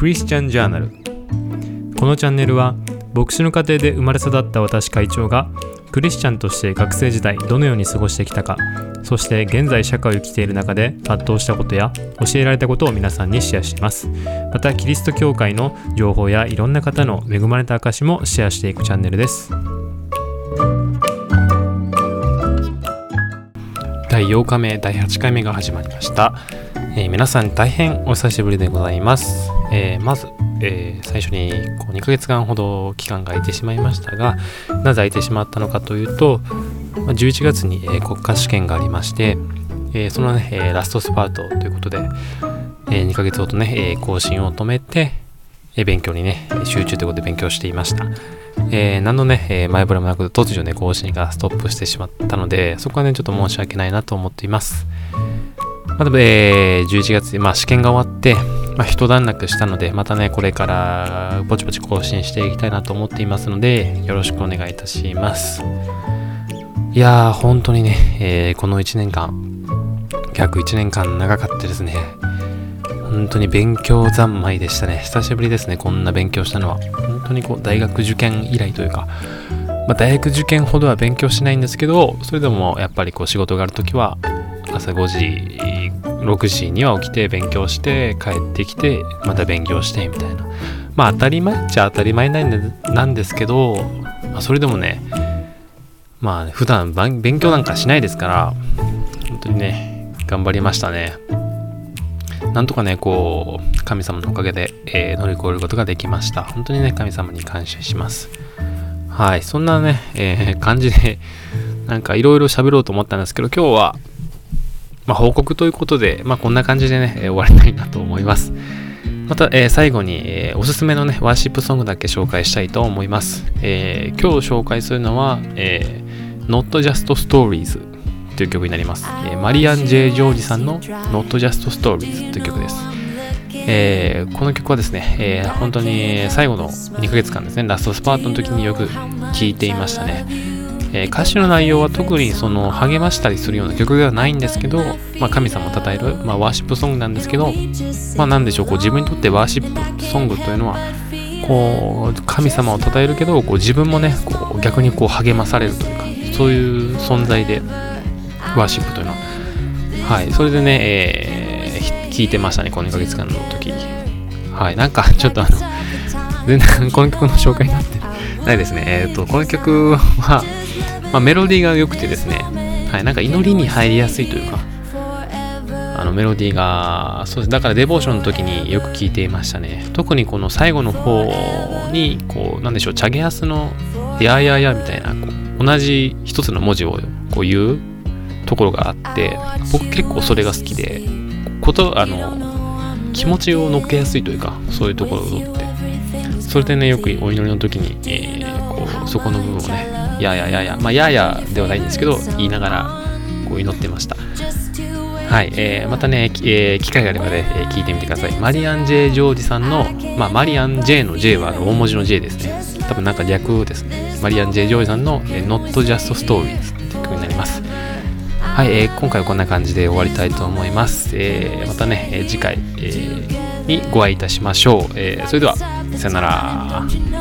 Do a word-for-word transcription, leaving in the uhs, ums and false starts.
クリスチャンジャーナル。このチャンネルは牧師の家庭で生まれ育った私会長がクリスチャンとして学生時代どのように過ごしてきたか、そして現在社会を生きている中で葛藤したことや教えられたことを皆さんにシェアしています。またキリスト教会の情報やいろんな方の恵まれた証もシェアしていくチャンネルです。だいようかめだいはちかいめが始まりました。えー、皆さん大変お久しぶりでございます。えー、まず、えー、最初にこうにかげつかんほど期間が空いてしまいましたが、なぜ空いてしまったのかというと、じゅういちがつに、えー、国家試験がありまして、えー、その、ねえー、ラストスパートということで、えー、にかげつほどね、えー、更新を止めて、えー、勉強にね集中ということで勉強していました。えー、何のね、えー、前触れもなく突如ね更新がストップしてしまったので、そこはねちょっと申し訳ないなと思っています。また、えー、じゅういちがつ、まあ、試験が終わって、まあ、一段落したので、またねこれからぼちぼち更新していきたいなと思っていますので、よろしくお願いいたします。いやー本当にね、えー、このいちねんかん約いちねんかん長かったですね。本当に勉強三昧でしたね。久しぶりですね、こんな勉強したのは。本当にこう大学受験以来というか、まあ、大学受験ほどは勉強しないんですけど、それでもやっぱりこう仕事があるときは朝ごじろくじには起きて勉強して帰ってきてまた勉強してみたいな、まあ当たり前っちゃ当たり前なんですけど、まあ、それでもねまあ普段勉強なんかしないですから、本当にね頑張りましたね。なんとかねこう神様のおかげで、えー、乗り越えることができました。本当にね神様に感謝します。はい、そんなね、えー、感じでなんかいろいろ喋ろうと思ったんですけど、今日はまあ、報告ということで、まあ、こんな感じでね、えー、終わりたいなと思います。また、えー、最後に、えー、おすすめのね、ワーシップソングだけ紹介したいと思います。えー、今日紹介するのは、えー、Not Just Stories という曲になります。えー、マリアン・ジェイ・ジョージさんの Not Just Stories という曲です。えー、この曲はですね、えー、本当に最後のにかげつかんですね、ラストスパートの時によく聴いていましたね。えー、歌詞の内容は特にその励ましたりするような曲ではないんですけど、まあ、神様を称える、まあ、ワーシップソングなんですけど、まあ、なんでしょう、こう自分にとってワーシップソングというのはこう神様を称えるけど、こう自分もねこう逆にこう励まされるというか、そういう存在でワーシップというのは、はい、それでね、えー、聴いてましたね、このにかげつかんの時に。はい、なんかちょっとあの全然この曲の紹介になってないですね。えっとこの曲はまあ、メロディーが良くてですね、はい、なんか祈りに入りやすいというか、あのメロディーがそうです。だからデボーションの時によく聴いていましたね。特にこの最後の方にこうなんでしょう、チャゲアスのやーやーやーみたいなこう同じ一つの文字をこう言うところがあって、僕結構それが好きで、ことあの気持ちを乗っけやすいというか、そういうところを取って、それでねよくお祈りの時に、えー、こうそこの部分をねややややまあややではないんですけど言いながらこう祈ってました。はい、えー、またね、えー、機会があればね、えー、聞いてみてください。マリアン・ジェイ・ジョージさんの、まあ、マリアン J の J は大文字の J ですね。多分なんか略ですね。マリアン J ジョージさんの、えー、Not Just Stories っていう曲になります。はい、えー、今回はこんな感じで終わりたいと思います。えー、またね、えー、次回、えー、にご会いいたしましょう。えー、それではさよなら。